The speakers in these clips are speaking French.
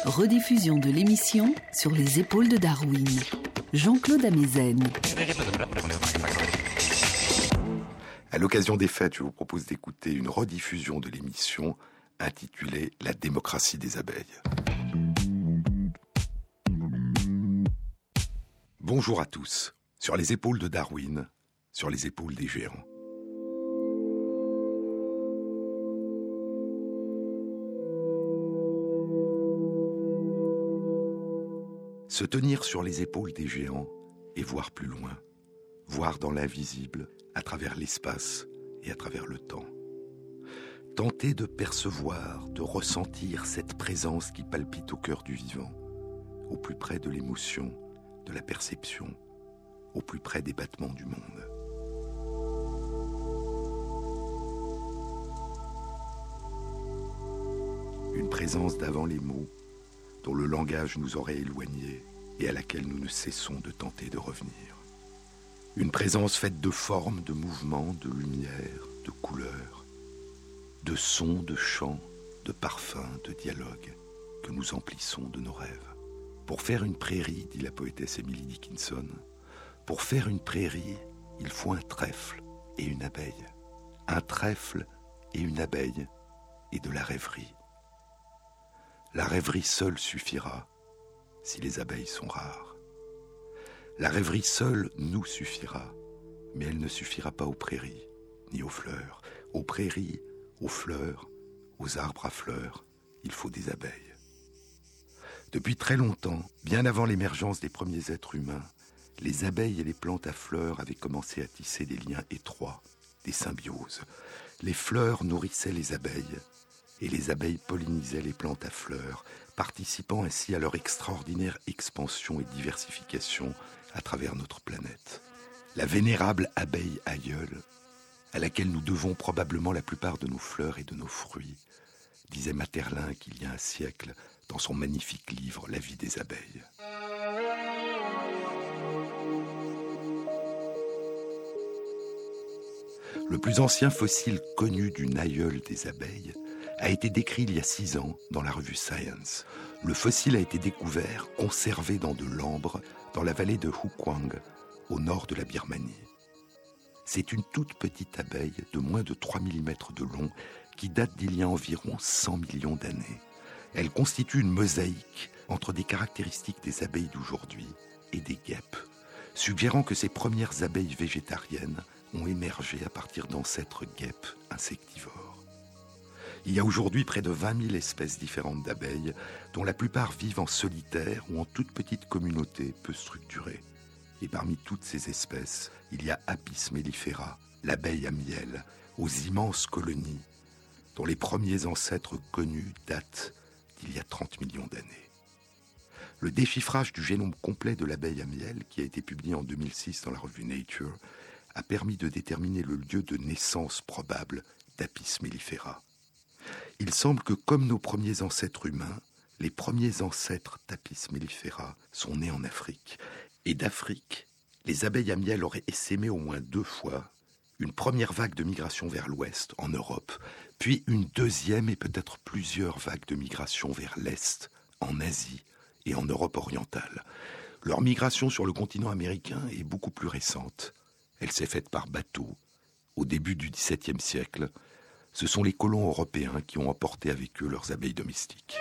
Rediffusion de l'émission Sur les épaules de Darwin. Jean-Claude Amezen. À l'occasion des fêtes, je vous propose d'écouter une rediffusion de l'émission intitulée « La démocratie des abeilles ». Bonjour à tous. Sur les épaules de Darwin, sur les épaules des géants. Se tenir sur les épaules des géants et voir plus loin, voir dans l'invisible, à travers l'espace et à travers le temps. Tenter de percevoir, de ressentir cette présence qui palpite au cœur du vivant, au plus près de l'émotion, de la perception, au plus près des battements du monde. Une présence d'avant les mots, dont le langage nous aurait éloignés et à laquelle nous ne cessons de tenter de revenir. Une présence faite de formes, de mouvements, de lumière, de couleurs, de sons, de chants, de parfums, de dialogues que nous emplissons de nos rêves. Pour faire une prairie, dit la poétesse Emily Dickinson, pour faire une prairie, il faut un trèfle et une abeille. Un trèfle et une abeille et de la rêverie. La rêverie seule suffira si les abeilles sont rares. La rêverie seule nous suffira, mais elle ne suffira pas aux prairies, ni aux fleurs. Aux prairies, aux fleurs, aux arbres à fleurs, il faut des abeilles. Depuis très longtemps, bien avant l'émergence des premiers êtres humains, les abeilles et les plantes à fleurs avaient commencé à tisser des liens étroits, des symbioses. Les fleurs nourrissaient les abeilles, et les abeilles pollinisaient les plantes à fleurs, participant ainsi à leur extraordinaire expansion et diversification à travers notre planète. La vénérable abeille aïeule, à laquelle nous devons probablement la plupart de nos fleurs et de nos fruits, disait Maeterlinck il y a un siècle dans son magnifique livre « La vie des abeilles ». Le plus ancien fossile connu d'une aïeule des abeilles a été décrit il y a 6 ans dans la revue Science. Le fossile a été découvert, conservé dans de l'ambre, dans la vallée de Hukwang, au nord de la Birmanie. C'est une toute petite abeille de moins de 3 mm de long qui date d'il y a environ 100 millions d'années. Elle constitue une mosaïque entre des caractéristiques des abeilles d'aujourd'hui et des guêpes, suggérant que ces premières abeilles végétariennes ont émergé à partir d'ancêtres guêpes insectivores. Il y a aujourd'hui près de 20 000 espèces différentes d'abeilles, dont la plupart vivent en solitaire ou en toute petite communauté peu structurée. Et parmi toutes ces espèces, il y a Apis mellifera, l'abeille à miel, aux immenses colonies, dont les premiers ancêtres connus datent d'il y a 30 millions d'années. Le déchiffrage du génome complet de l'abeille à miel, qui a été publié en 2006 dans la revue Nature, a permis de déterminer le lieu de naissance probable d'Apis mellifera. Il semble que, comme nos premiers ancêtres humains, les premiers ancêtres d'Apis mellifera sont nés en Afrique. Et d'Afrique, les abeilles à miel auraient essaimé au moins 2 fois, une première vague de migration vers l'ouest, en Europe, puis une deuxième et peut-être plusieurs vagues de migration vers l'est, en Asie et en Europe orientale. Leur migration sur le continent américain est beaucoup plus récente. Elle s'est faite par bateau, au début du XVIIe siècle. Ce sont les colons européens qui ont emporté avec eux leurs abeilles domestiques.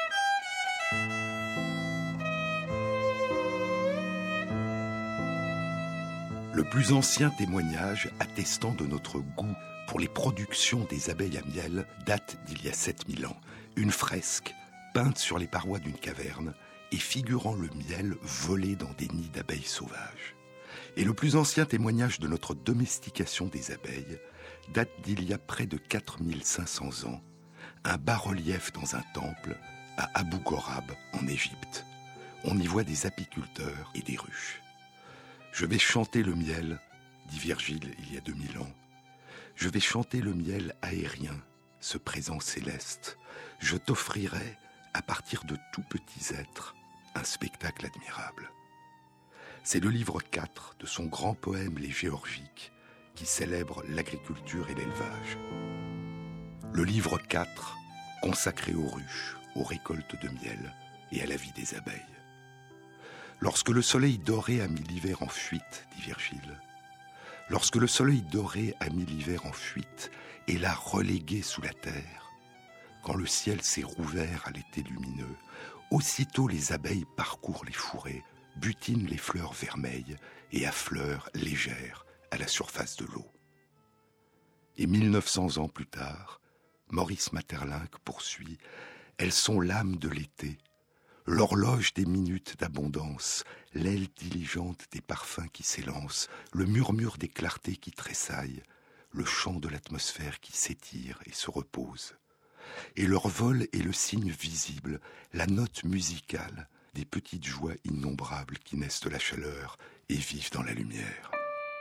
Le plus ancien témoignage attestant de notre goût pour les productions des abeilles à miel date d'il y a 7000 ans. Une fresque peinte sur les parois d'une caverne et figurant le miel volé dans des nids d'abeilles sauvages. Et le plus ancien témoignage de notre domestication des abeilles date d'il y a près de 4500 ans, un bas-relief dans un temple à Abu Ghorab en Égypte. On y voit des apiculteurs et des ruches. « Je vais chanter le miel », dit Virgile il y a 2000 ans. « Je vais chanter le miel aérien, ce présent céleste. Je t'offrirai, à partir de tout petits êtres, un spectacle admirable. » C'est le livre 4 de son grand poème Les Géorgiques qui célèbre l'agriculture et l'élevage. Le livre 4, consacré aux ruches, aux récoltes de miel, et à la vie des abeilles. Lorsque le soleil doré a mis l'hiver en fuite, dit Virgile, lorsque le soleil doré a mis l'hiver en fuite et l'a relégué sous la terre, quand le ciel s'est rouvert à l'été lumineux, aussitôt les abeilles parcourent les fourrés, butinent les fleurs vermeilles et affleurent légères à la surface de l'eau. Et 1900 ans plus tard, Maurice Maeterlinck poursuit « Elles sont l'âme de l'été, l'horloge des minutes d'abondance, l'aile diligente des parfums qui s'élancent, le murmure des clartés qui tressaillent, le chant de l'atmosphère qui s'étire et se repose. Et leur vol est le signe visible, la note musicale des petites joies innombrables qui naissent de la chaleur et vivent dans la lumière. »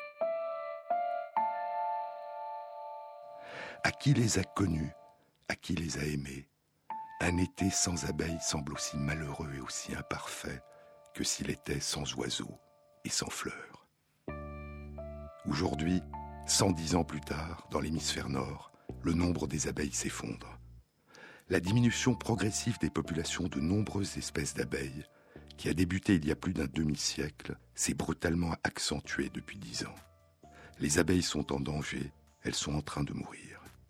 À qui les a connus, à qui les a aimés, un été sans abeilles semble aussi malheureux et aussi imparfait que s'il était sans oiseaux et sans fleurs. Aujourd'hui, 110 ans plus tard, dans l'hémisphère nord, le nombre des abeilles s'effondre. La diminution progressive des populations de nombreuses espèces d'abeilles, qui a débuté il y a plus d'un demi-siècle, s'est brutalement accentuée depuis 10 ans. Les abeilles sont en danger, elles sont en train de mourir.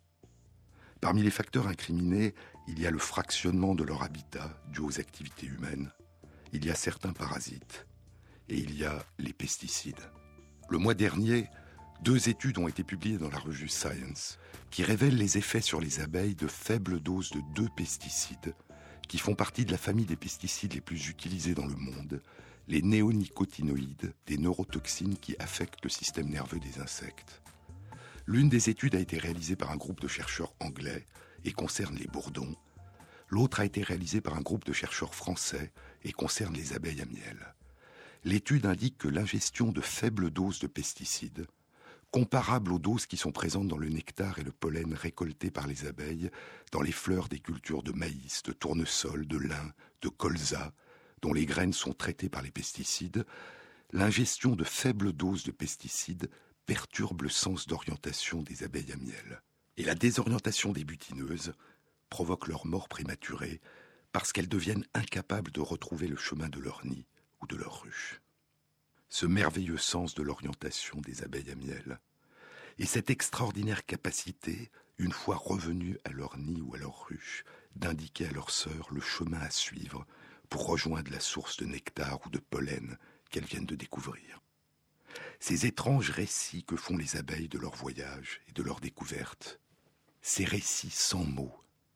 Parmi les facteurs incriminés, il y a le fractionnement de leur habitat dû aux activités humaines. Il y a certains parasites et il y a les pesticides. Le mois dernier, 2 études ont été publiées dans la revue Science qui révèlent les effets sur les abeilles de faibles doses de 2 pesticides qui font partie de la famille des pesticides les plus utilisés dans le monde, les néonicotinoïdes, des neurotoxines qui affectent le système nerveux des insectes. L'une des études a été réalisée par un groupe de chercheurs anglais et concerne les bourdons. L'autre a été réalisée par un groupe de chercheurs français et concerne les abeilles à miel. L'étude indique que l'ingestion de faibles doses de pesticides, comparables aux doses qui sont présentes dans le nectar et le pollen récoltés par les abeilles, dans les fleurs des cultures de maïs, de tournesol, de lin, de colza, dont les graines sont traitées par les pesticides, l'ingestion de faibles doses de pesticides perturbe le sens d'orientation des abeilles à miel. Et la désorientation des butineuses provoque leur mort prématurée parce qu'elles deviennent incapables de retrouver le chemin de leur nid ou de leur ruche. Ce merveilleux sens de l'orientation des abeilles à miel et cette extraordinaire capacité, une fois revenues à leur nid ou à leur ruche, d'indiquer à leurs sœurs le chemin à suivre pour rejoindre la source de nectar ou de pollen qu'elles viennent de découvrir. Ces étranges récits que font les abeilles de leur voyage et de leur découverte, ces récits sans mots,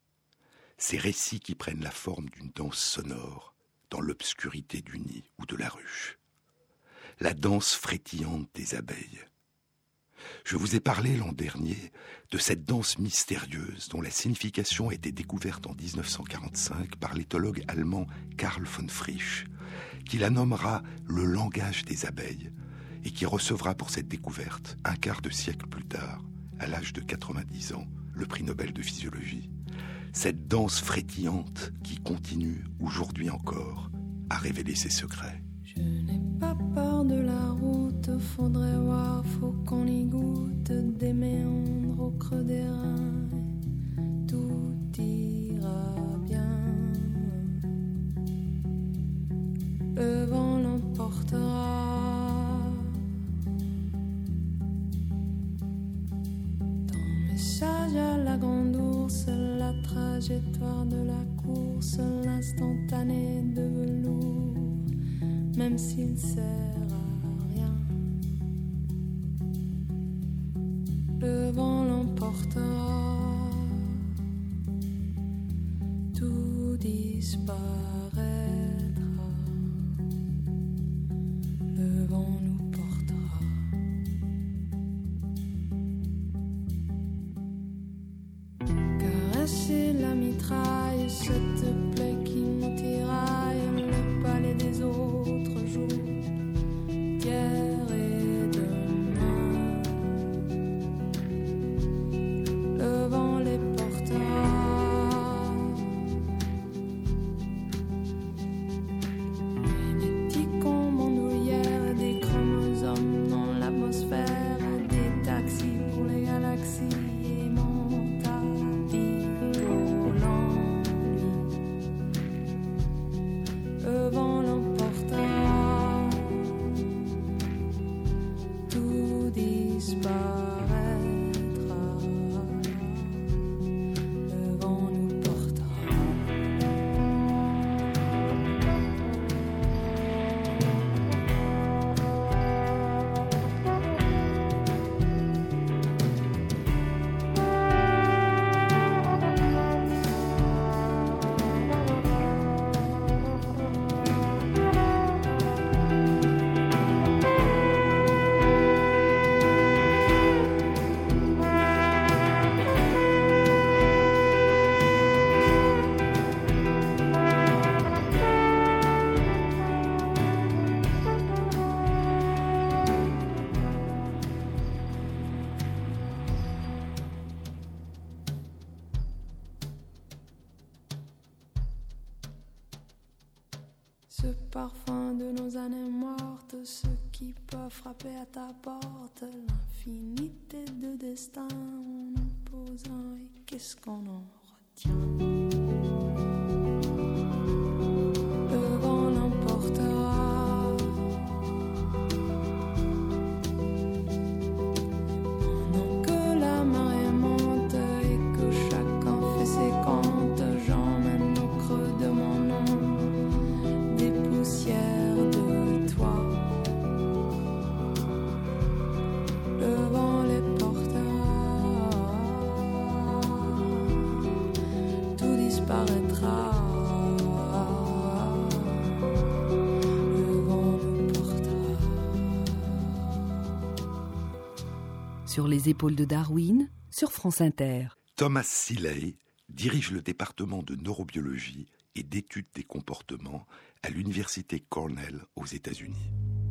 ces récits qui prennent la forme d'une danse sonore dans l'obscurité du nid ou de la ruche, la danse frétillante des abeilles. Je vous ai parlé l'an dernier de cette danse mystérieuse dont la signification a été découverte en 1945 par l'éthologue allemand Karl von Frisch, qui la nommera le langage des abeilles, et qui recevra pour cette découverte, un quart de siècle plus tard, à l'âge de 90 ans, le prix Nobel de physiologie. Cette danse frétillante qui continue, aujourd'hui encore, à révéler ses secrets. Je n'ai pas peur de la route, faudrait voir, faut qu'on y goûte, des méandres au creux des reins, tout ira bien. Le vent l'emportera. Message à la grande ours, la trajectoire de la course, l'instantané de velours, même s'il sert à rien. Le vent l'emportera, tout disparaîtra. Le vent nous portera. Caresser la mitraille, cette plaie qui nous tiraille, le palais des autres jours, d'hier et demain. Le vent les portera, ce parfum de nos années mortes, ce qui peut frapper à ta porte, l'infinité de destins en opposant, et qu'est-ce qu'on en retient? Le vent l'emportera, pendant que la marée monte et que chacun fait ses comptes, j'emmène au creux de mon nom des poussières de toi. Le vent les portera, tout disparaîtra. Le vent nous portera. Sur les épaules de Darwin, sur France Inter. Thomas Seeley dirige le département de neurobiologie et d'études des comportements à l'université Cornell aux États-Unis.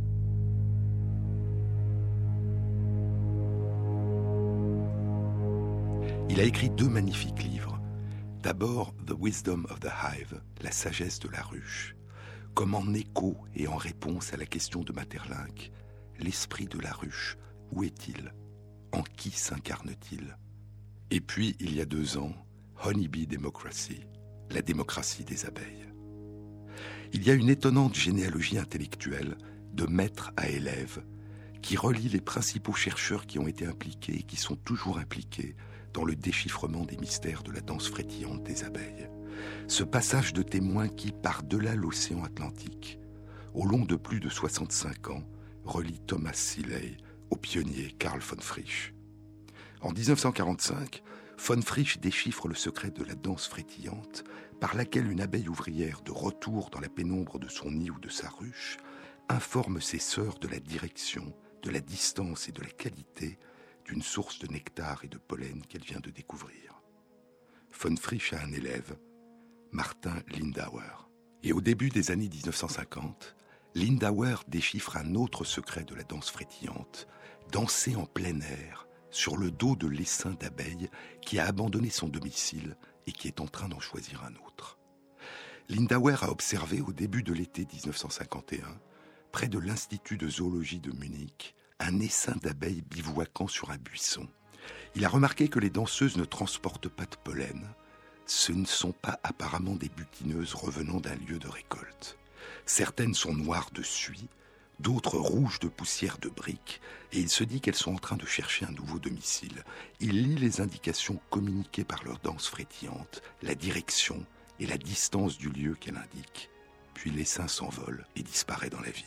Il a écrit 2 magnifiques livres. D'abord, The Wisdom of the Hive, la sagesse de la ruche, comme en écho et en réponse à la question de Maeterlinck, l'esprit de la ruche, où est-il? En qui s'incarne-t-il? Et puis, il y a 2 ans, Honeybee Democracy, la démocratie des abeilles. Il y a une étonnante généalogie intellectuelle, de maître à élève, qui relie les principaux chercheurs qui ont été impliqués et qui sont toujours impliqués dans le déchiffrement des mystères de la danse frétillante des abeilles. Ce passage de témoins qui, par-delà l'océan Atlantique, au long de plus de 65 ans, relie Thomas Seeley au pionnier Karl von Frisch. En 1945, von Frisch déchiffre le secret de la danse frétillante par laquelle une abeille ouvrière de retour dans la pénombre de son nid ou de sa ruche informe ses sœurs de la direction, de la distance et de la qualité d'une source de nectar et de pollen qu'elle vient de découvrir. Von Frisch a un élève, Martin Lindauer. Et au début des années 1950, Lindauer déchiffre un autre secret de la danse frétillante, danser en plein air, sur le dos de l'essaim d'abeilles qui a abandonné son domicile et qui est en train d'en choisir un autre. Lindauer a observé au début de l'été 1951, près de l'Institut de zoologie de Munich, un essaim d'abeilles bivouaquant sur un buisson. Il a remarqué que les danseuses ne transportent pas de pollen. Ce ne sont pas apparemment des butineuses revenant d'un lieu de récolte. Certaines sont noires de suie, d'autres rouges de poussière de briques, et il se dit qu'elles sont en train de chercher un nouveau domicile. Il lit les indications communiquées par leur danse frétillante, la direction et la distance du lieu qu'elle indique. Puis l'essaim s'envole et disparaît dans la ville.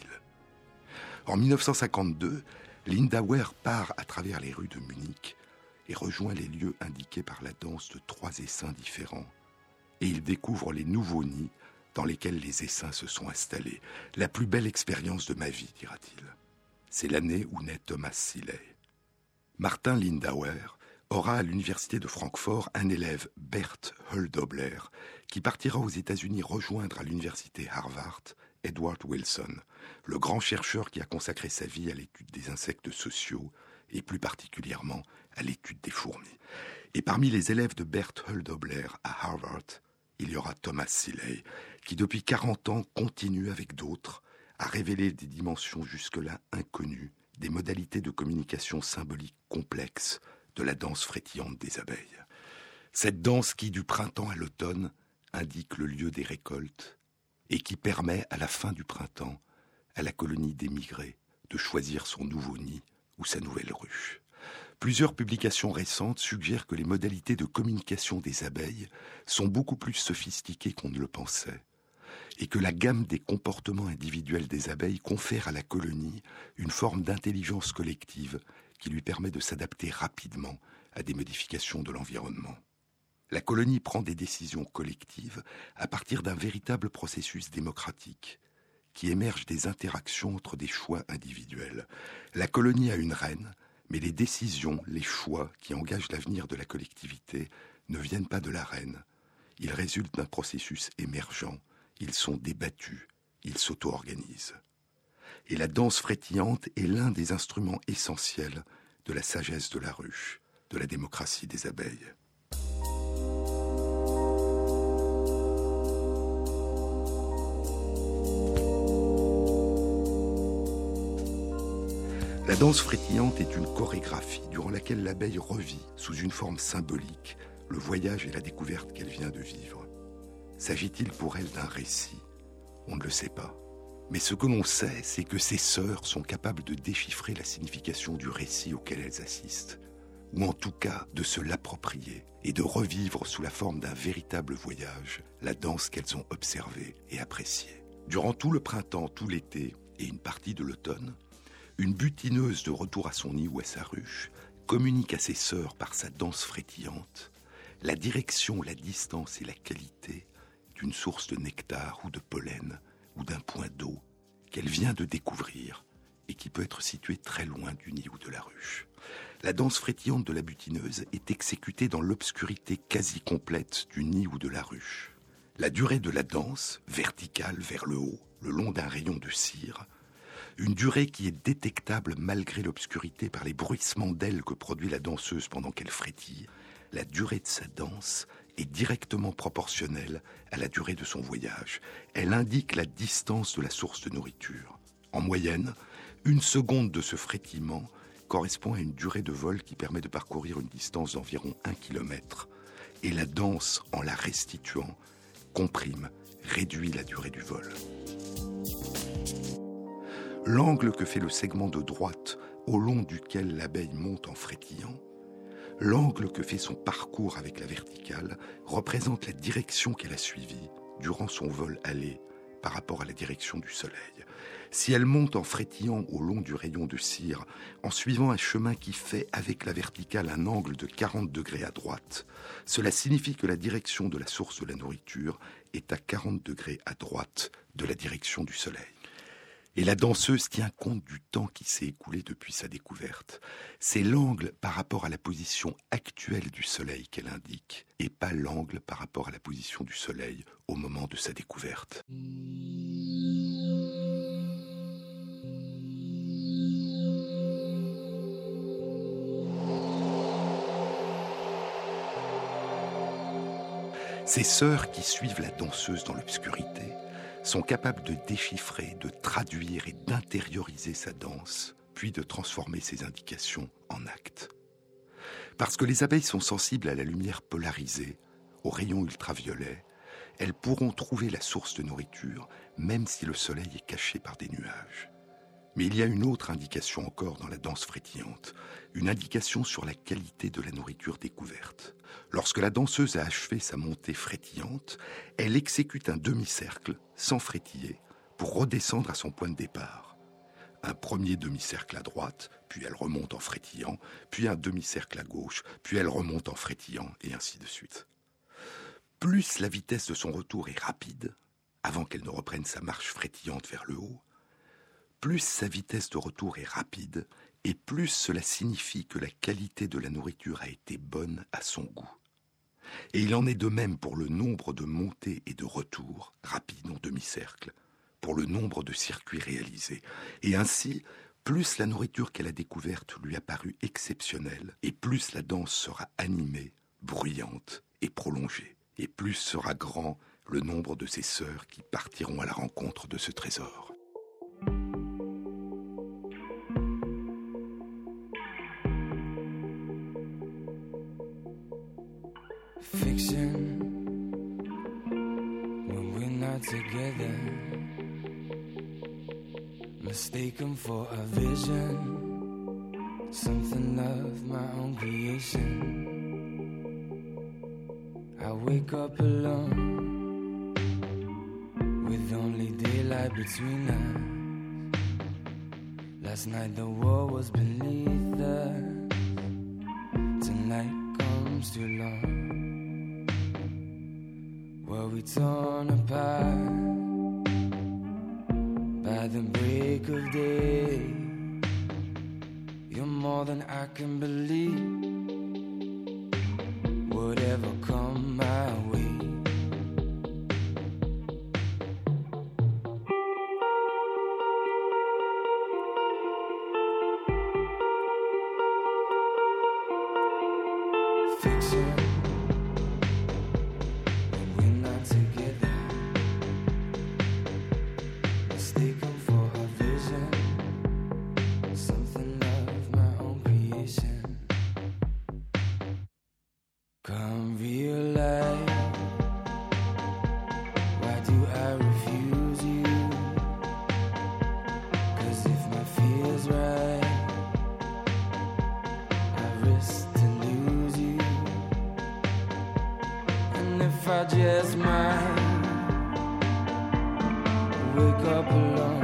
En 1952, Lindauer part à travers les rues de Munich et rejoint les lieux indiqués par la danse de 3 essaims différents. Et il découvre les nouveaux nids dans lesquels les essaims se sont installés. La plus belle expérience de ma vie, dira-t-il. C'est l'année où naît Thomas Seeley. Martin Lindauer aura à l'université de Francfort un élève, Bert Höldobler, qui partira aux États-Unis rejoindre à l'université Harvard Edward Wilson, le grand chercheur qui a consacré sa vie à l'étude des insectes sociaux et plus particulièrement à l'étude des fourmis. Et parmi les élèves de Bert Höldobler à Harvard, il y aura Thomas Seeley, qui depuis 40 ans continue avec d'autres à révéler des dimensions jusque-là inconnues, des modalités de communication symbolique complexes de la danse frétillante des abeilles. Cette danse qui, du printemps à l'automne, indique le lieu des récoltes et qui permet, à la fin du printemps, à la colonie d'émigrer de choisir son nouveau nid ou sa nouvelle ruche. Plusieurs publications récentes suggèrent que les modalités de communication des abeilles sont beaucoup plus sophistiquées qu'on ne le pensait, et que la gamme des comportements individuels des abeilles confère à la colonie une forme d'intelligence collective qui lui permet de s'adapter rapidement à des modifications de l'environnement. La colonie prend des décisions collectives à partir d'un véritable processus démocratique qui émerge des interactions entre des choix individuels. La colonie a une reine, mais les décisions, les choix qui engagent l'avenir de la collectivité ne viennent pas de la reine. Ils résultent d'un processus émergent, ils sont débattus, ils s'auto-organisent. Et la danse frétillante est l'un des instruments essentiels de la sagesse de la ruche, de la démocratie des abeilles. La danse frétillante est une chorégraphie durant laquelle l'abeille revit, sous une forme symbolique, le voyage et la découverte qu'elle vient de vivre. S'agit-il pour elle d'un récit ? On ne le sait pas. Mais ce que l'on sait, c'est que ses sœurs sont capables de déchiffrer la signification du récit auquel elles assistent, ou en tout cas de se l'approprier et de revivre sous la forme d'un véritable voyage la danse qu'elles ont observée et appréciée. Durant tout le printemps, tout l'été et une partie de l'automne, une butineuse de retour à son nid ou à sa ruche communique à ses sœurs par sa danse frétillante la direction, la distance et la qualité d'une source de nectar ou de pollen ou d'un point d'eau qu'elle vient de découvrir et qui peut être situé très loin du nid ou de la ruche. La danse frétillante de la butineuse est exécutée dans l'obscurité quasi complète du nid ou de la ruche. La durée de la danse, verticale vers le haut, le long d'un rayon de cire, une durée qui est détectable malgré l'obscurité par les bruissements d'ailes que produit la danseuse pendant qu'elle frétille, la durée de sa danse est directement proportionnelle à la durée de son voyage. Elle indique la distance de la source de nourriture. En moyenne, 1 seconde de ce frétillement correspond à une durée de vol qui permet de parcourir une distance d'environ 1 km. Et la danse, en la restituant, comprime, réduit la durée du vol. L'angle que fait le segment de droite au long duquel l'abeille monte en frétillant, l'angle que fait son parcours avec la verticale représente la direction qu'elle a suivie durant son vol aller par rapport à la direction du soleil. Si elle monte en frétillant au long du rayon de cire, en suivant un chemin qui fait avec la verticale un angle de 40 degrés à droite, cela signifie que la direction de la source de la nourriture est à 40 degrés à droite de la direction du soleil. Et la danseuse tient compte du temps qui s'est écoulé depuis sa découverte. C'est l'angle par rapport à la position actuelle du soleil qu'elle indique, et pas l'angle par rapport à la position du soleil au moment de sa découverte. Ces sœurs qui suivent la danseuse dans l'obscurité sont capables de déchiffrer, de traduire et d'intérioriser sa danse, puis de transformer ses indications en actes. Parce que les abeilles sont sensibles à la lumière polarisée, aux rayons ultraviolets, elles pourront trouver la source de nourriture, même si le soleil est caché par des nuages. Mais il y a une autre indication encore dans la danse frétillante, une indication sur la qualité de la nourriture découverte. Lorsque la danseuse a achevé sa montée frétillante, elle exécute un demi-cercle, sans frétiller, pour redescendre à son point de départ. Un premier demi-cercle à droite, puis elle remonte en frétillant, puis un demi-cercle à gauche, puis elle remonte en frétillant, et ainsi de suite. Plus la vitesse de son retour est rapide, avant qu'elle ne reprenne sa marche frétillante vers le haut, plus sa vitesse de retour est rapide, et plus cela signifie que la qualité de la nourriture a été bonne à son goût. Et il en est de même pour le nombre de montées et de retours, rapides en demi-cercle, pour le nombre de circuits réalisés. Et ainsi, plus la nourriture qu'elle a découverte lui a paru exceptionnelle, et plus la danse sera animée, bruyante et prolongée. Et plus sera grand le nombre de ses sœurs qui partiront à la rencontre de ce trésor. Fiction, when we're not together, mistaken for a vision, something of my own creation. I wake up alone, with only daylight between us. Last night the wall was beneath us, tonight comes too long. Were we torn apart by the break of day? You're more than I can believe. Whatever come my way. Fiction. Mistaken for a vision, something just might wake up alone.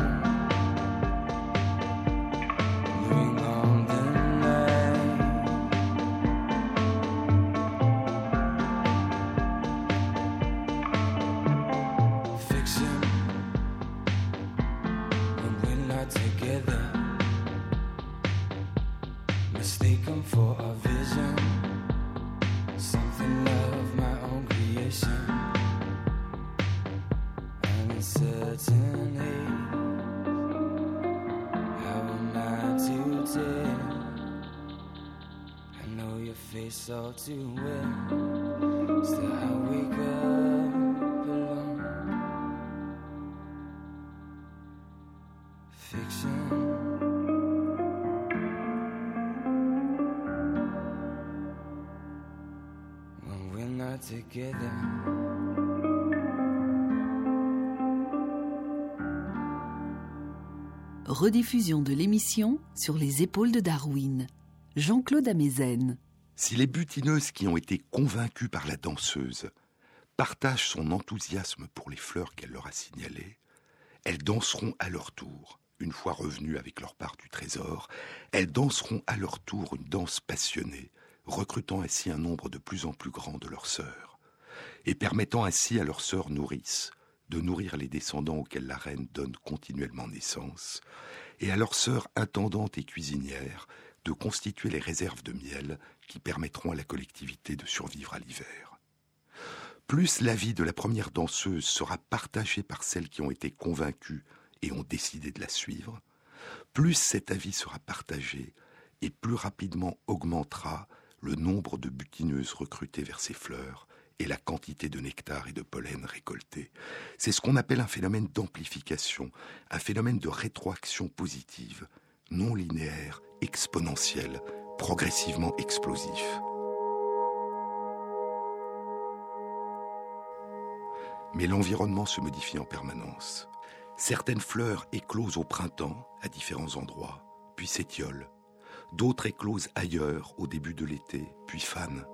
Bring on the night. Fiction when we're not together. Mistaken for a vision. Something of my own creation. Uncertainty. How am I to tell? I know your face all too well. Still I wake up alone. Fiction. When we're not together. Rediffusion de l'émission sur les épaules de Darwin. Jean-Claude Amezen. Si les butineuses qui ont été convaincues par la danseuse partagent son enthousiasme pour les fleurs qu'elle leur a signalées, elles danseront à leur tour. Une fois revenues avec leur part du trésor, elles danseront à leur tour une danse passionnée, recrutant ainsi un nombre de plus en plus grand de leurs sœurs, et permettant ainsi à leurs sœurs nourrices de nourrir les descendants auxquels la reine donne continuellement naissance, et à leurs sœurs intendantes et cuisinières de constituer les réserves de miel qui permettront à la collectivité de survivre à l'hiver. Plus l'avis de la première danseuse sera partagé par celles qui ont été convaincues et ont décidé de la suivre, plus cet avis sera partagé et plus rapidement augmentera le nombre de butineuses recrutées vers ces fleurs et la quantité de nectar et de pollen récoltés. C'est ce qu'on appelle un phénomène d'amplification, un phénomène de rétroaction positive, non linéaire, exponentiel, progressivement explosif. Mais l'environnement se modifie en permanence. Certaines fleurs éclosent au printemps, à différents endroits, puis s'étiolent. D'autres éclosent ailleurs, au début de l'été, puis fanent.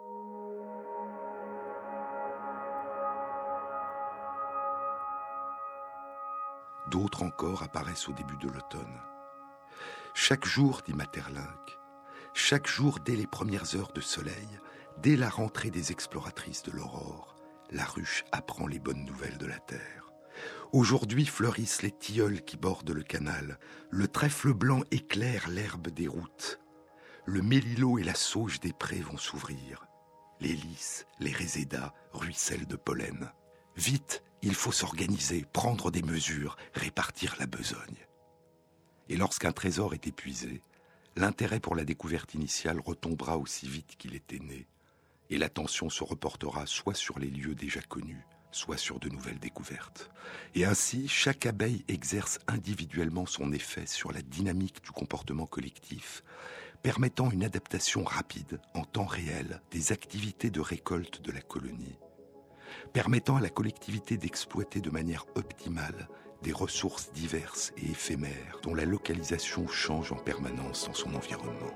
D'autres encore apparaissent au début de l'automne. Chaque jour, dit Maeterlinck, chaque jour dès les premières heures de soleil, dès la rentrée des exploratrices de l'aurore, la ruche apprend les bonnes nouvelles de la terre. Aujourd'hui fleurissent les tilleuls qui bordent le canal, le trèfle blanc éclaire l'herbe des routes, le mélilot et la sauge des prés vont s'ouvrir, les lys, les résédas ruissellent de pollen. Vite, il faut s'organiser, prendre des mesures, répartir la besogne. Et lorsqu'un trésor est épuisé, l'intérêt pour la découverte initiale retombera aussi vite qu'il était né, et l'attention se reportera soit sur les lieux déjà connus, soit sur de nouvelles découvertes. Et ainsi, chaque abeille exerce individuellement son effet sur la dynamique du comportement collectif, permettant une adaptation rapide, en temps réel, des activités de récolte de la colonie, permettant à la collectivité d'exploiter de manière optimale des ressources diverses et éphémères dont la localisation change en permanence dans son environnement.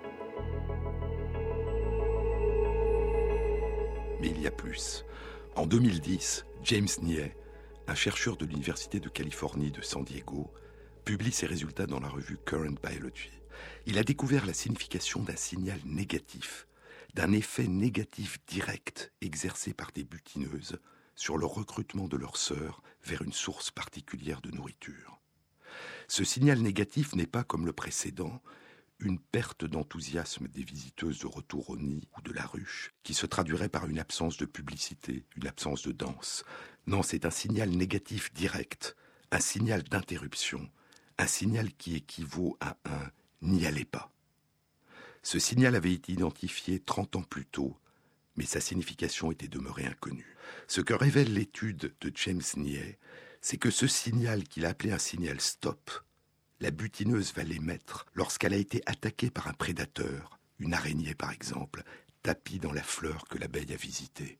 Mais il y a plus. En 2010, James Nye, un chercheur de l'Université de Californie de San Diego, publie ses résultats dans la revue Current Biology. Il a découvert la signification d'un signal négatif, d'un effet négatif direct exercé par des butineuses sur le recrutement de leurs sœurs vers une source particulière de nourriture. Ce signal négatif n'est pas, comme le précédent, une perte d'enthousiasme des visiteuses de retour au nid ou de la ruche, qui se traduirait par une absence de publicité, une absence de danse. Non, c'est un signal négatif direct, un signal d'interruption, un signal qui équivaut à un « n'y allez pas ». Ce signal avait été identifié 30 ans plus tôt, mais sa signification était demeurée inconnue. Ce que révèle l'étude de James Nye, c'est que ce signal qu'il a appelé un signal stop, la butineuse va l'émettre lorsqu'elle a été attaquée par un prédateur, une araignée par exemple, tapie dans la fleur que l'abeille a visitée.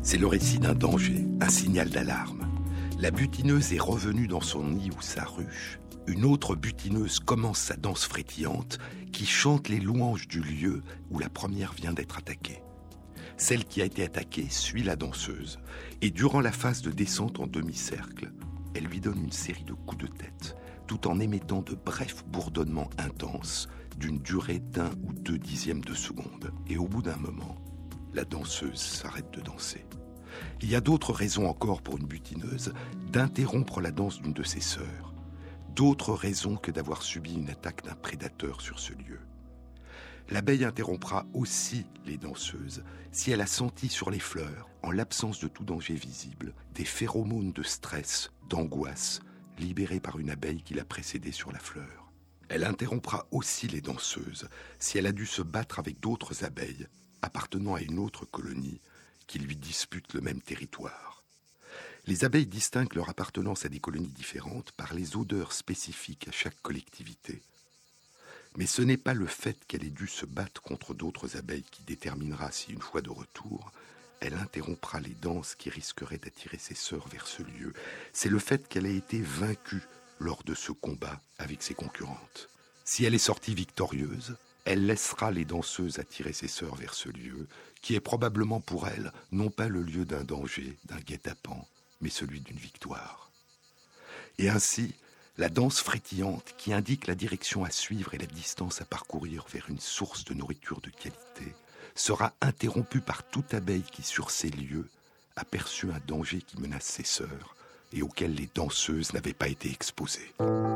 C'est le récit d'un danger, un signal d'alarme. La butineuse est revenue dans son nid ou sa ruche. Une autre butineuse commence sa danse frétillante qui chante les louanges du lieu où la première vient d'être attaquée. Celle qui a été attaquée suit la danseuse et durant la phase de descente en demi-cercle, elle lui donne une série de coups de tête tout en émettant de brefs bourdonnements intenses d'une durée d'1 ou 2 dixièmes de seconde. Et au bout d'un moment, la danseuse s'arrête de danser. Il y a d'autres raisons encore pour une butineuse d'interrompre la danse d'une de ses sœurs. D'autres raisons que d'avoir subi une attaque d'un prédateur sur ce lieu. L'abeille interrompra aussi les danseuses si elle a senti sur les fleurs, en l'absence de tout danger visible, des phéromones de stress, d'angoisse, libérés par une abeille qui l'a précédée sur la fleur. Elle interrompra aussi les danseuses si elle a dû se battre avec d'autres abeilles appartenant à une autre colonie qui lui disputent le même territoire. Les abeilles distinguent leur appartenance à des colonies différentes par les odeurs spécifiques à chaque collectivité. Mais ce n'est pas le fait qu'elle ait dû se battre contre d'autres abeilles qui déterminera si, une fois de retour, elle interrompra les danses qui risqueraient d'attirer ses sœurs vers ce lieu. C'est le fait qu'elle ait été vaincue lors de ce combat avec ses concurrentes. Si elle est sortie victorieuse, elle laissera les danseuses attirer ses sœurs vers ce lieu, qui est probablement pour elle non pas le lieu d'un danger, d'un guet-apens, mais celui d'une victoire. Et ainsi, la danse frétillante qui indique la direction à suivre et la distance à parcourir vers une source de nourriture de qualité sera interrompue par toute abeille qui, sur ces lieux, aperçut un danger qui menace ses sœurs et auquel les danseuses n'avaient pas été exposées.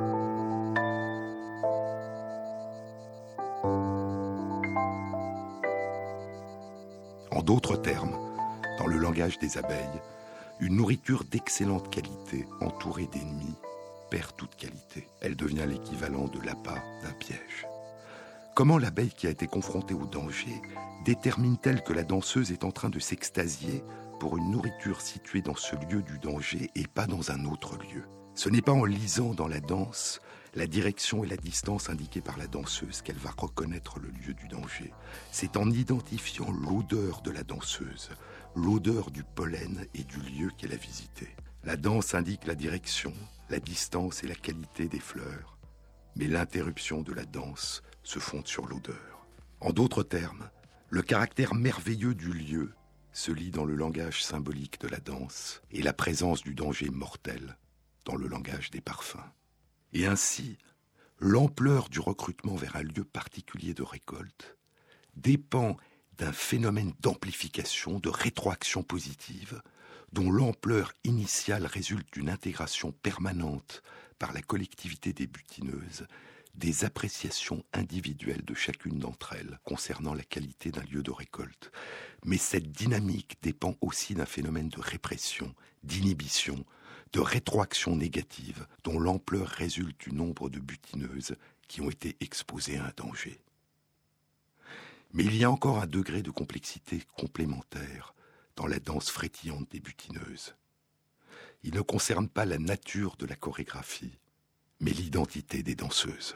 En d'autres termes, dans le langage des abeilles, une nourriture d'excellente qualité, entourée d'ennemis, perd toute qualité. Elle devient l'équivalent de l'appât d'un piège. Comment l'abeille qui a été confrontée au danger détermine-t-elle que la danseuse est en train de s'extasier pour une nourriture située dans ce lieu du danger et pas dans un autre lieu? Ce n'est pas en lisant dans la danse la direction et la distance indiquées par la danseuse qu'elle va reconnaître le lieu du danger. C'est en identifiant l'odeur de la danseuse, l'odeur du pollen et du lieu qu'elle a visité. La danse indique la direction, la distance et la qualité des fleurs, mais l'interruption de la danse se fonde sur l'odeur. En d'autres termes, le caractère merveilleux du lieu se lit dans le langage symbolique de la danse et la présence du danger mortel dans le langage des parfums. Et ainsi, l'ampleur du recrutement vers un lieu particulier de récolte dépend d'un phénomène d'amplification, de rétroaction positive, dont l'ampleur initiale résulte d'une intégration permanente par la collectivité des butineuses des appréciations individuelles de chacune d'entre elles concernant la qualité d'un lieu de récolte. Mais cette dynamique dépend aussi d'un phénomène de répression, d'inhibition, de rétroaction négative dont l'ampleur résulte du nombre de butineuses qui ont été exposées à un danger. Mais il y a encore un degré de complexité complémentaire dans la danse frétillante des butineuses. Il ne concerne pas la nature de la chorégraphie, mais l'identité des danseuses.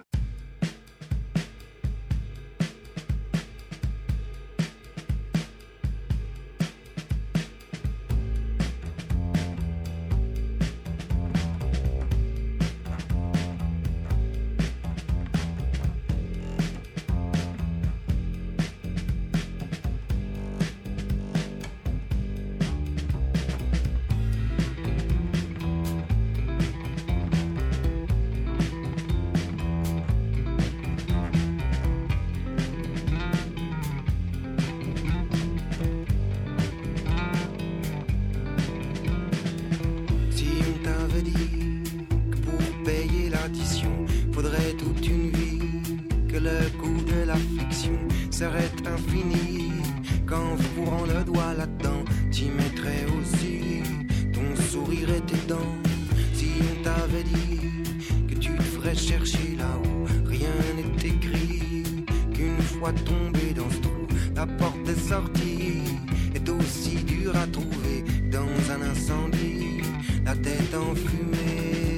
Faudrait toute une vie que le coup de l'affection serait infini. Qu'en fourrant le doigt là-dedans, t'y mettrais aussi ton sourire et tes dents. Si on t'avait dit que tu te ferais chercher là-haut, rien n'est écrit. Qu'une fois tombé dans ce trou, la porte des sorties est aussi dure à trouver dans un incendie, la tête en fumée.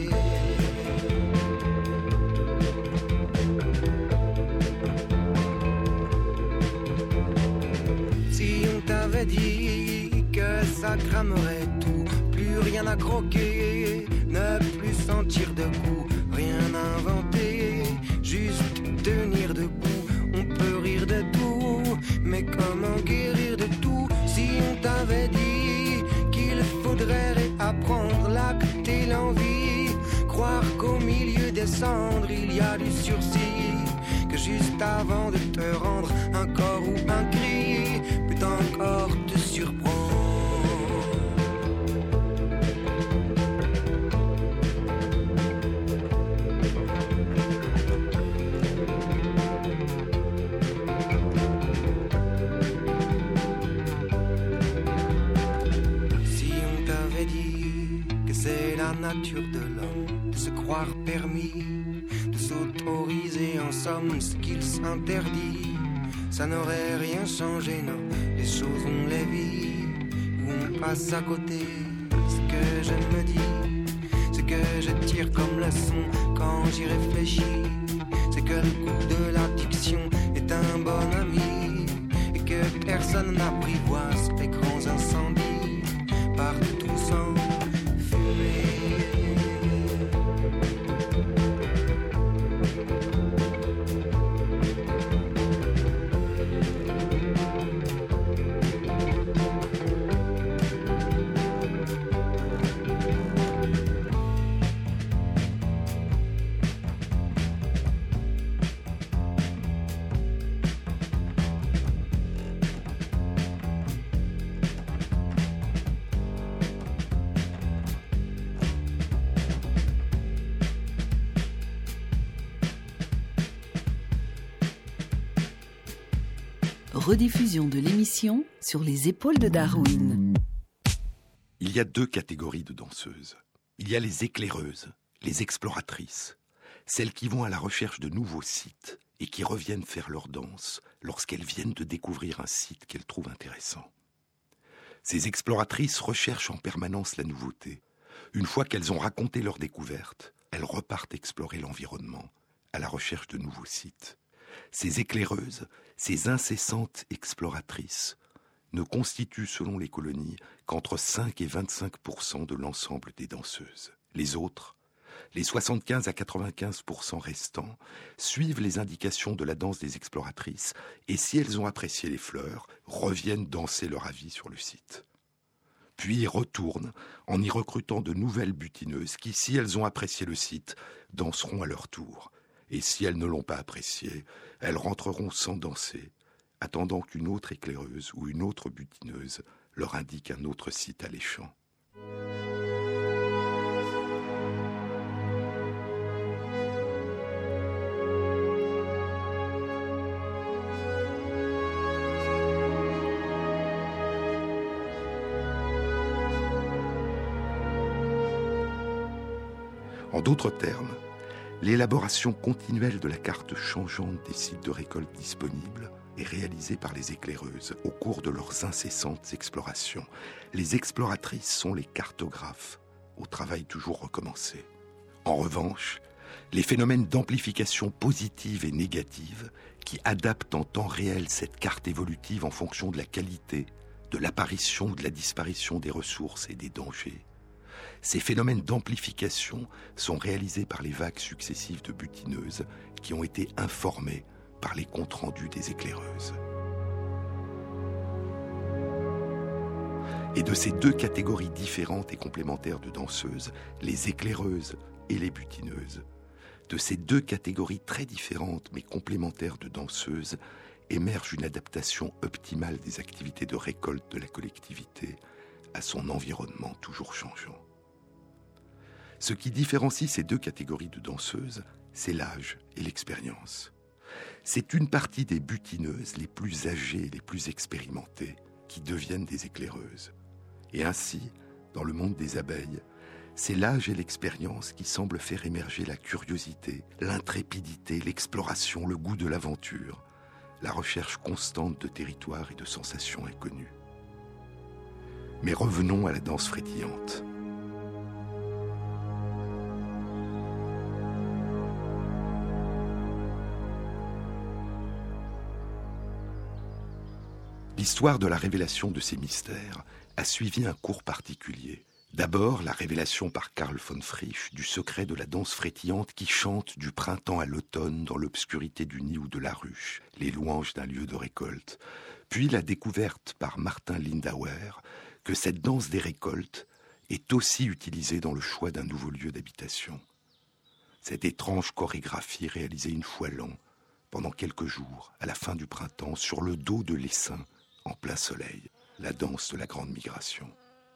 Si on t'avait dit que ça ça cramerait tout. Plus rien à croquer, ne plus sentir de goût, rien inventer, juste tenir debout. On peut rire de tout, mais comment guérir de tout? Si on t'avait dit qu'il faudrait réapprendre l'acte et l'envie, croire qu'au milieu des cendres il y a du sursis, que juste avant de te rendre un corps ou un cri peut encore te surprendre. La nature de l'homme de se croire permis, de s'autoriser en somme ce qu'il s'interdit, ça n'aurait rien changé, non. Les choses on les vit ou on passe à côté. Ce que je me dis, ce que je tire comme leçon quand j'y réfléchis, c'est que le goût de l'addiction est un bon ami et que personne n'apprivoise les grands incendies partout sans fumer. Rediffusion de l'émission sur les épaules de Darwin. Il y a deux catégories de danseuses. Il y a les éclaireuses, les exploratrices, celles qui vont à la recherche de nouveaux sites et qui reviennent faire leur danse lorsqu'elles viennent de découvrir un site qu'elles trouvent intéressant. Ces exploratrices recherchent en permanence la nouveauté. Une fois qu'elles ont raconté leur découverte, elles repartent explorer l'environnement à la recherche de nouveaux sites. Ces éclaireuses, ces incessantes exploratrices, ne constituent selon les colonies qu'entre 5 et 25% de l'ensemble des danseuses. Les autres, les 75 à 95% restants, suivent les indications de la danse des exploratrices et si elles ont apprécié les fleurs, reviennent danser leur avis sur le site. Puis retournent en y recrutant de nouvelles butineuses qui, si elles ont apprécié le site, danseront à leur tour. Et si elles ne l'ont pas apprécié, elles rentreront sans danser, attendant qu'une autre éclaireuse ou une autre butineuse leur indique un autre site alléchant. En d'autres termes, l'élaboration continuelle de la carte changeante des sites de récolte disponibles est réalisée par les éclaireuses au cours de leurs incessantes explorations. Les exploratrices sont les cartographes, au travail toujours recommencé. En revanche, les phénomènes d'amplification positive et négative qui adaptent en temps réel cette carte évolutive en fonction de la qualité, de l'apparition ou de la disparition des ressources et des dangers, ces phénomènes d'amplification sont réalisés par les vagues successives de butineuses qui ont été informées par les comptes rendus des éclaireuses. Et de ces deux catégories différentes et complémentaires de danseuses, les éclaireuses et les butineuses, de ces deux catégories très différentes mais complémentaires de danseuses, émerge une adaptation optimale des activités de récolte de la collectivité à son environnement toujours changeant. Ce qui différencie ces deux catégories de danseuses, c'est l'âge et l'expérience. C'est une partie des butineuses les plus âgées et les plus expérimentées qui deviennent des éclaireuses. Et ainsi, dans le monde des abeilles, c'est l'âge et l'expérience qui semblent faire émerger la curiosité, l'intrépidité, l'exploration, le goût de l'aventure, la recherche constante de territoires et de sensations inconnues. Mais revenons à la danse frétillante. L'histoire de la révélation de ces mystères a suivi un cours particulier. D'abord, la révélation par Karl von Frisch du secret de la danse frétillante qui chante du printemps à l'automne dans l'obscurité du nid ou de la ruche, les louanges d'un lieu de récolte. Puis la découverte par Martin Lindauer que cette danse des récoltes est aussi utilisée dans le choix d'un nouveau lieu d'habitation. Cette étrange chorégraphie réalisée une fois l'an, pendant quelques jours, à la fin du printemps, sur le dos de l'essaim, en plein soleil, la danse de la grande migration.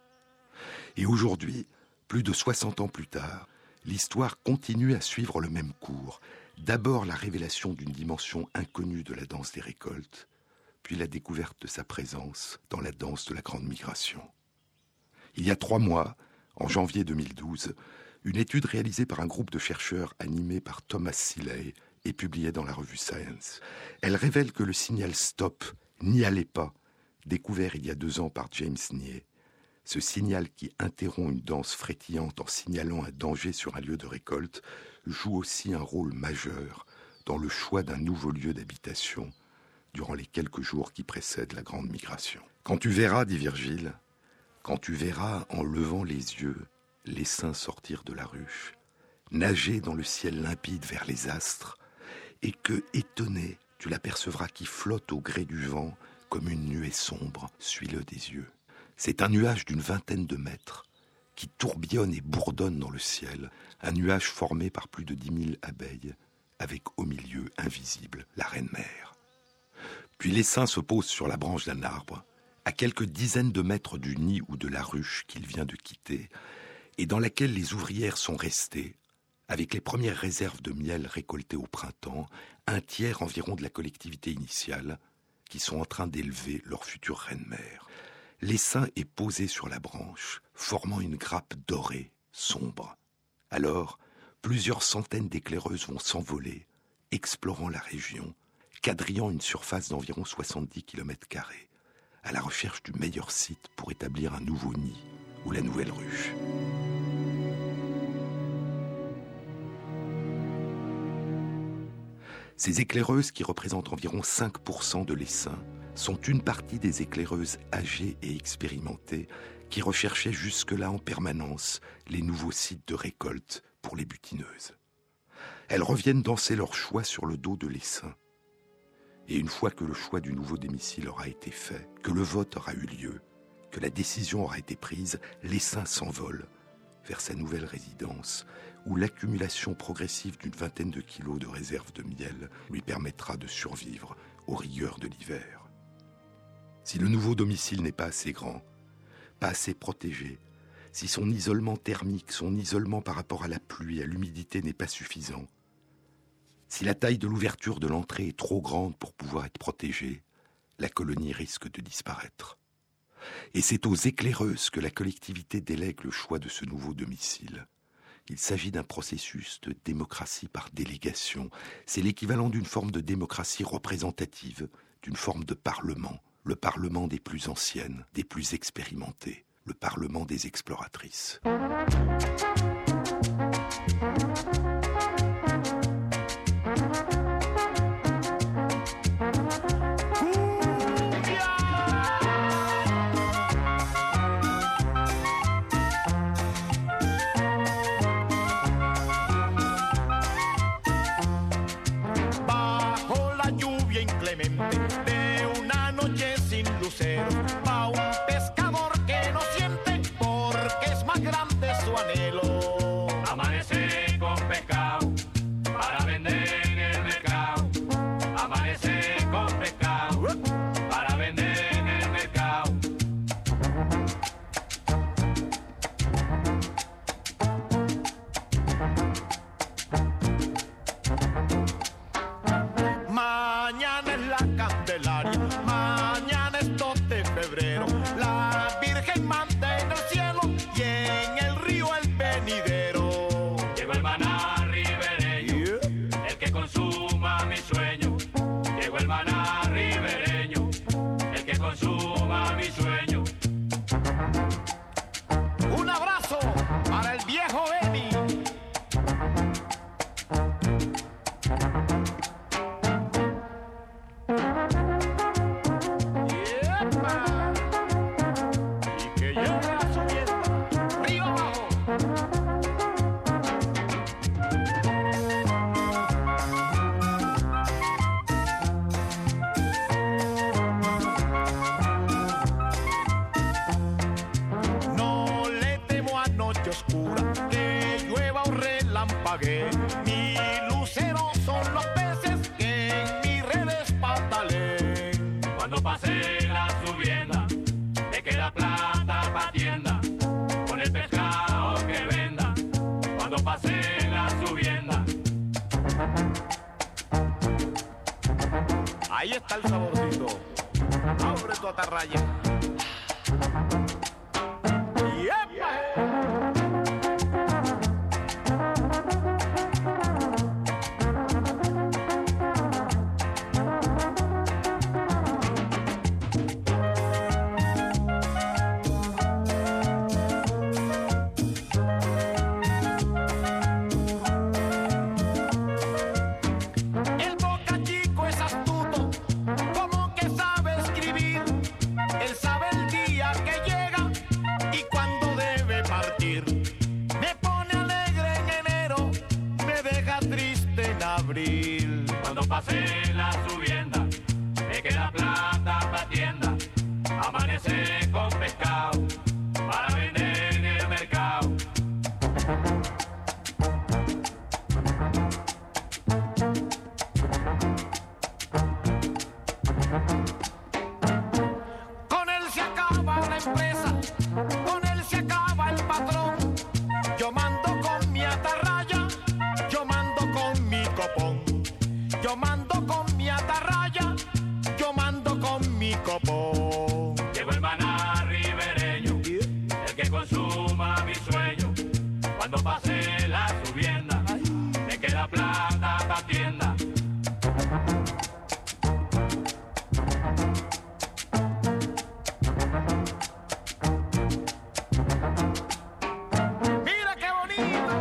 Et aujourd'hui, plus de 60 ans plus tard, l'histoire continue à suivre le même cours. D'abord la révélation d'une dimension inconnue de la danse des récoltes, puis la découverte de sa présence dans la danse de la grande migration. Il y a 3 mois, en janvier 2012, une étude réalisée par un groupe de chercheurs animé par Thomas Seeley est publiée dans la revue Science. Elle révèle que le signal stop, n'y allez pas, découvert il y a 2 ans par James Nye, ce signal qui interrompt une danse frétillante en signalant un danger sur un lieu de récolte, joue aussi un rôle majeur dans le choix d'un nouveau lieu d'habitation durant les quelques jours qui précèdent la grande migration. Quand tu verras, dit Virgile, quand tu verras en levant les yeux l'essaim sortir de la ruche, nager dans le ciel limpide vers les astres, et que, étonné, tu l'apercevras qui flotte au gré du vent comme une nuée sombre, suis-le des yeux. C'est un nuage d'une 20aine de mètres qui tourbillonne et bourdonne dans le ciel, un nuage formé par plus de 10 000 abeilles, avec au milieu, invisible, la reine-mère. Puis l'essaim se pose sur la branche d'un arbre, à quelques dizaines de mètres du nid ou de la ruche qu'il vient de quitter, et dans laquelle les ouvrières sont restées, avec les premières réserves de miel récoltées au printemps, 1/3 environ de la collectivité initiale, qui sont en train d'élever leur future reine-mère. L'essaim est posé sur la branche, formant une grappe dorée, sombre. Alors, plusieurs centaines d'éclaireuses vont s'envoler, explorant la région, quadrillant une surface d'environ 70 km², à la recherche du meilleur site pour établir un nouveau nid ou la nouvelle ruche. Ces éclaireuses, qui représentent environ 5% de l'essaim, sont une partie des éclaireuses âgées et expérimentées qui recherchaient jusque-là en permanence les nouveaux sites de récolte pour les butineuses. Elles reviennent danser leur choix sur le dos de l'essaim. Et une fois que le choix du nouveau domicile aura été fait, que le vote aura eu lieu, que la décision aura été prise, l'essaim s'envole vers sa nouvelle résidence, où l'accumulation progressive d'une 20aine de kilos de réserve de miel lui permettra de survivre aux rigueurs de l'hiver. Si le nouveau domicile n'est pas assez grand, pas assez protégé, si son isolement thermique, son isolement par rapport à la pluie, à l'humidité n'est pas suffisant, si la taille de l'ouverture de l'entrée est trop grande pour pouvoir être protégée, la colonie risque de disparaître. Et c'est aux éclaireuses que la collectivité délègue le choix de ce nouveau domicile. Il s'agit d'un processus de démocratie par délégation. C'est l'équivalent d'une forme de démocratie représentative, d'une forme de parlement. Le parlement des plus anciennes, des plus expérimentées, le parlement des exploratrices. Bajo la lluvia inclemente de una noche sin lucero, va un pescador que no siente porque es más grande su anhelo. Amanece con pescado para vender en el mercado. Amanece con pescado para vender en el mercado. Mañana es la Candelaria, mañana es 2 de febrero. La Virgen manda en el cielo y en el río el venidero. Llegó el maná Rivera. relampaguee. Mi lucero son los peces que en mis redes pataleen. Cuando pase la subienda, te queda plata pa' tienda, con el pescado que venda. Cuando pase la subienda. Ahí está el saborcito. Abre tu atarraya. Cuando pase la subienda, me queda plata pa' tienda. Amanece con pescado para vender en el mercado. Con él se acaba la empresa, con él se acaba el patrón. Yo mando con mi atarraya, yo mando con mi copón. Yo mando con mi atarraya, yo mando con mi copón. Llegó el maná ribereño, el que consuma mi sueño. Cuando pase la subienda, me queda plata pa' tienda. ¡Mira qué bonito!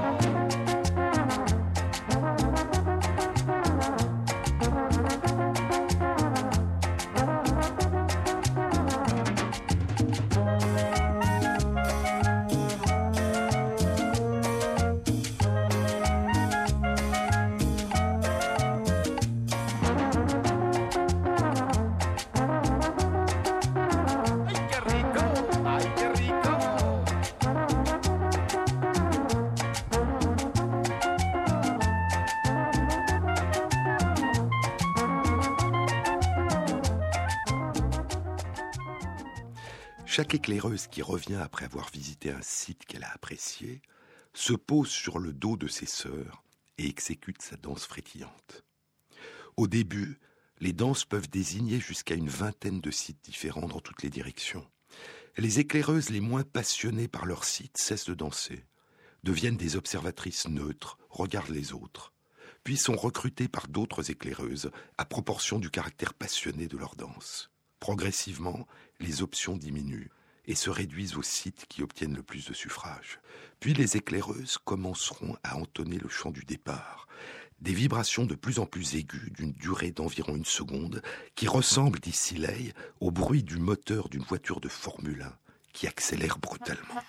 Chaque éclaireuse qui revient après avoir visité un site qu'elle a apprécié se pose sur le dos de ses sœurs et exécute sa danse frétillante. Au début, les danses peuvent désigner jusqu'à une vingtaine de sites différents dans toutes les directions. Les éclaireuses les moins passionnées par leur site cessent de danser, deviennent des observatrices neutres, regardent les autres, puis sont recrutées par d'autres éclaireuses à proportion du caractère passionné de leur danse. Progressivement, les options diminuent et se réduisent aux sites qui obtiennent le plus de suffrages. Puis les éclaireuses commenceront à entonner le chant du départ, des vibrations de plus en plus aiguës d'une durée d'environ 1 seconde qui ressemblent, dit Siley, au bruit du moteur d'une voiture de Formule 1 qui accélère brutalement.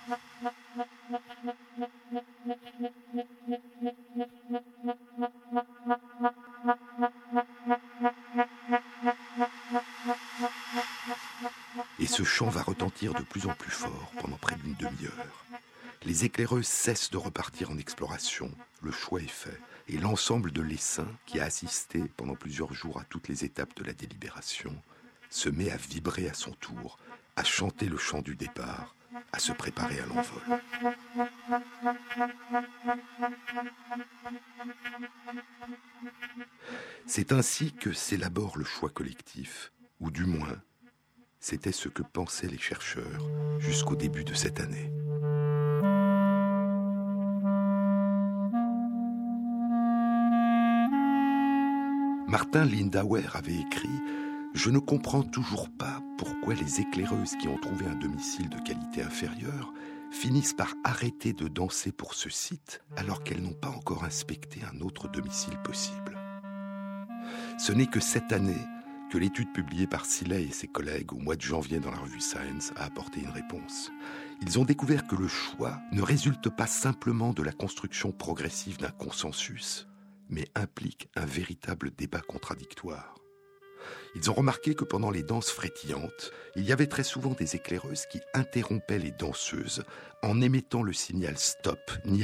Et ce chant va retentir de plus en plus fort pendant près d'une demi-heure. Les éclaireuses cessent de repartir en exploration, le choix est fait, et l'ensemble de l'essaim, qui a assisté pendant plusieurs jours à toutes les étapes de la délibération, se met à vibrer à son tour, à chanter le chant du départ, à se préparer à l'envol. C'est ainsi que s'élabore le choix collectif, ou du moins, c'était ce que pensaient les chercheurs jusqu'au début de cette année. Martin Lindauer avait écrit « Je ne comprends toujours pas pourquoi les éclaireuses qui ont trouvé un domicile de qualité inférieure finissent par arrêter de danser pour ce site alors qu'elles n'ont pas encore inspecté un autre domicile possible. » Ce n'est que cette année que l'étude publiée par Siley et ses collègues au mois de janvier dans la revue Science a apporté une réponse. Ils ont découvert que le choix ne résulte pas simplement de la construction progressive d'un consensus, mais implique un véritable débat contradictoire. Ils ont remarqué que pendant les danses frétillantes, il y avait très souvent des éclaireuses qui interrompaient les danseuses en émettant le signal « stop », « n'y allez pas »,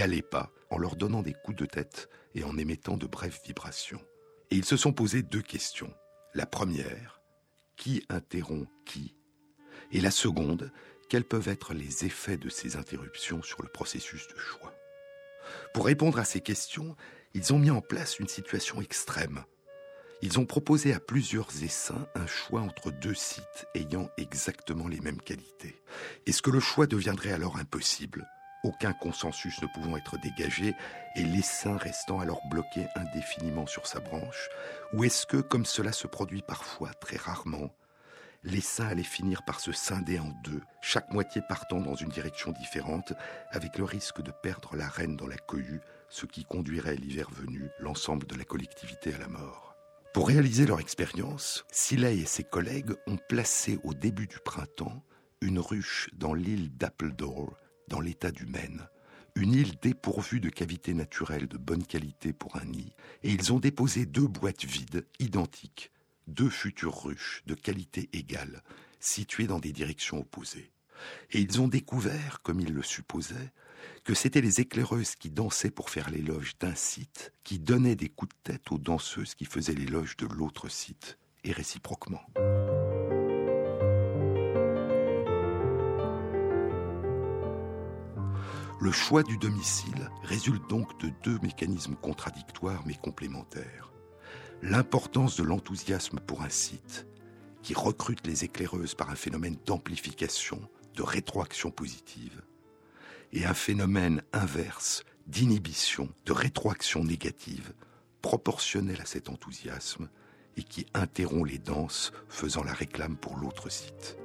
en leur donnant des coups de tête et en émettant de brèves vibrations. Et ils se sont posé 2 questions. La première, qui interrompt qui ? Et la seconde, quels peuvent être les effets de ces interruptions sur le processus de choix ? Pour répondre à ces questions, ils ont mis en place une situation extrême. Ils ont proposé à plusieurs essaims un choix entre 2 sites ayant exactement les mêmes qualités. Est-ce que le choix deviendrait alors impossible, aucun consensus ne pouvant être dégagé et l'essaim restant alors bloqué indéfiniment sur sa branche ? Ou est-ce que, comme cela se produit parfois, très rarement, l'essaim allait finir par se scinder en 2, chaque moitié partant dans une direction différente, avec le risque de perdre la reine dans la cohue, ce qui conduirait, l'hiver venu, l'ensemble de la collectivité à la mort. Pour réaliser leur expérience, Seeley et ses collègues ont placé au début du printemps une ruche dans l'île d'Appledore, dans l'état du Maine, une île dépourvue de cavités naturelles de bonne qualité pour un nid, et ils ont déposé 2 boîtes vides, identiques, 2 futures ruches de qualité égale, situées dans des directions opposées. Et ils ont découvert, comme ils le supposaient, que c'étaient les éclaireuses qui dansaient pour faire l'éloge d'un site, qui donnaient des coups de tête aux danseuses qui faisaient l'éloge de l'autre site, et réciproquement. Le choix du domicile résulte donc de 2 mécanismes contradictoires mais complémentaires. L'importance de l'enthousiasme pour un site, qui recrute les éclaireuses par un phénomène d'amplification, de rétroaction positive, et un phénomène inverse d'inhibition, de rétroaction négative, proportionnel à cet enthousiasme et qui interrompt les danses faisant la réclame pour l'autre site.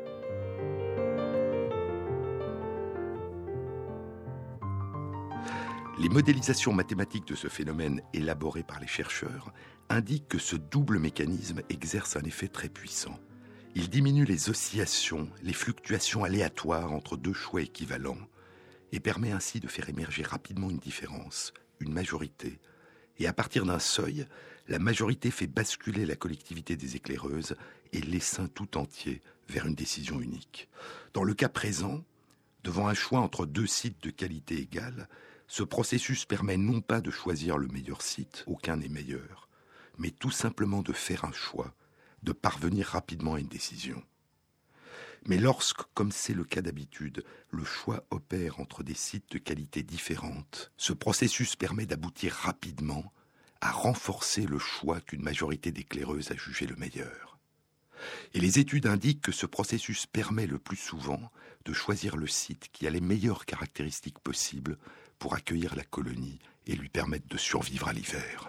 Les modélisations mathématiques de ce phénomène élaborées par les chercheurs indiquent que ce double mécanisme exerce un effet très puissant. Il diminue les oscillations, les fluctuations aléatoires entre 2 choix équivalents et permet ainsi de faire émerger rapidement une différence, une majorité. Et à partir d'un seuil, la majorité fait basculer la collectivité des éclaireuses et l'essaim tout entier vers une décision unique. Dans le cas présent, devant un choix entre 2 sites de qualité égale, ce processus permet non pas de choisir le meilleur site, aucun n'est meilleur, mais tout simplement de faire un choix, de parvenir rapidement à une décision. Mais lorsque, comme c'est le cas d'habitude, le choix opère entre des sites de qualité différente, ce processus permet d'aboutir rapidement à renforcer le choix qu'une majorité d'éclaireuses a jugé le meilleur. Et les études indiquent que ce processus permet le plus souvent de choisir le site qui a les meilleures caractéristiques possibles pour accueillir la colonie et lui permettre de survivre à l'hiver.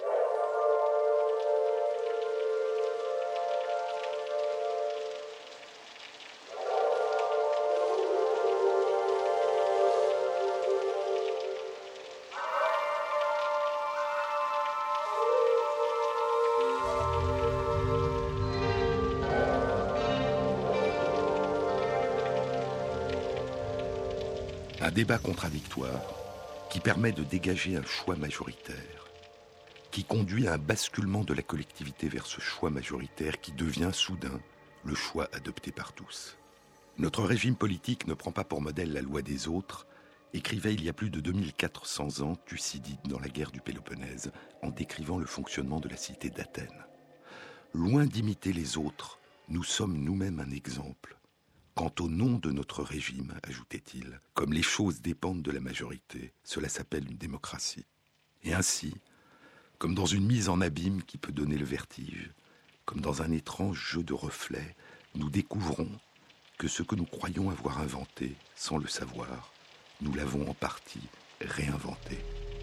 Un débat contradictoire qui permet de dégager un choix majoritaire, qui conduit à un basculement de la collectivité vers ce choix majoritaire qui devient soudain le choix adopté par tous. Notre régime politique ne prend pas pour modèle la loi des autres, écrivait il y a plus de 2400 ans Thucydide dans la guerre du Péloponnèse en décrivant le fonctionnement de la cité d'Athènes. Loin d'imiter les autres, nous sommes nous-mêmes un exemple. Quant au nom de notre régime, ajoutait-il, comme les choses dépendent de la majorité, cela s'appelle une démocratie. Et ainsi, comme dans une mise en abîme qui peut donner le vertige, comme dans un étrange jeu de reflets, nous découvrons que ce que nous croyons avoir inventé, sans le savoir, nous l'avons en partie réinventé.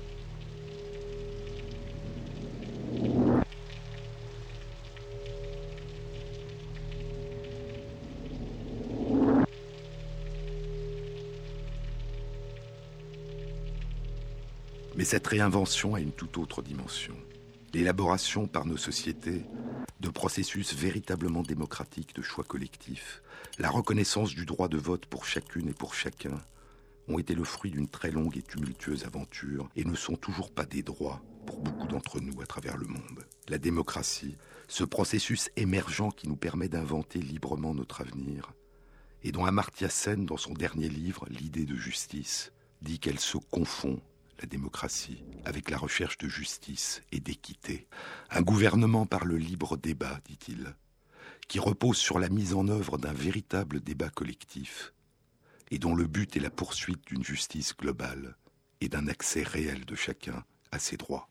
Mais cette réinvention a une toute autre dimension. L'élaboration par nos sociétés de processus véritablement démocratiques de choix collectifs, la reconnaissance du droit de vote pour chacune et pour chacun, ont été le fruit d'une très longue et tumultueuse aventure et ne sont toujours pas des droits pour beaucoup d'entre nous à travers le monde. La démocratie, ce processus émergent qui nous permet d'inventer librement notre avenir, et dont Amartya Sen, dans son dernier livre, L'idée de justice, dit qu'elle se confond la démocratie, avec la recherche de justice et d'équité. Un gouvernement par le libre débat, dit-il, qui repose sur la mise en œuvre d'un véritable débat collectif et dont le but est la poursuite d'une justice globale et d'un accès réel de chacun à ses droits.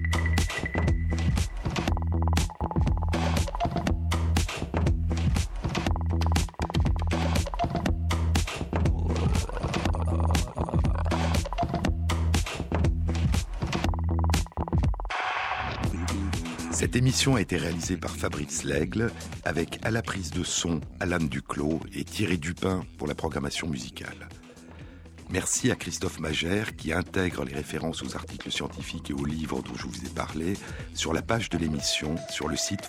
Cette émission a été réalisée par Fabrice Lègle, avec à la prise de son Alan Duclos et Thierry Dupin pour la programmation musicale. Merci à Christophe Magère qui intègre les références aux articles scientifiques et aux livres dont je vous ai parlé sur la page de l'émission sur le site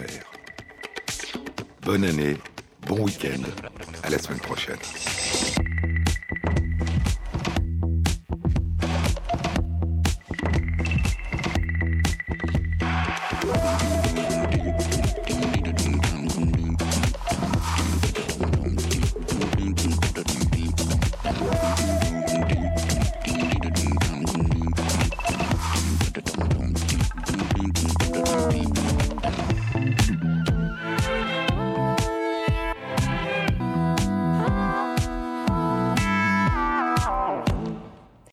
franceinter.fr. Bonne année, bon week-end, à la semaine prochaine.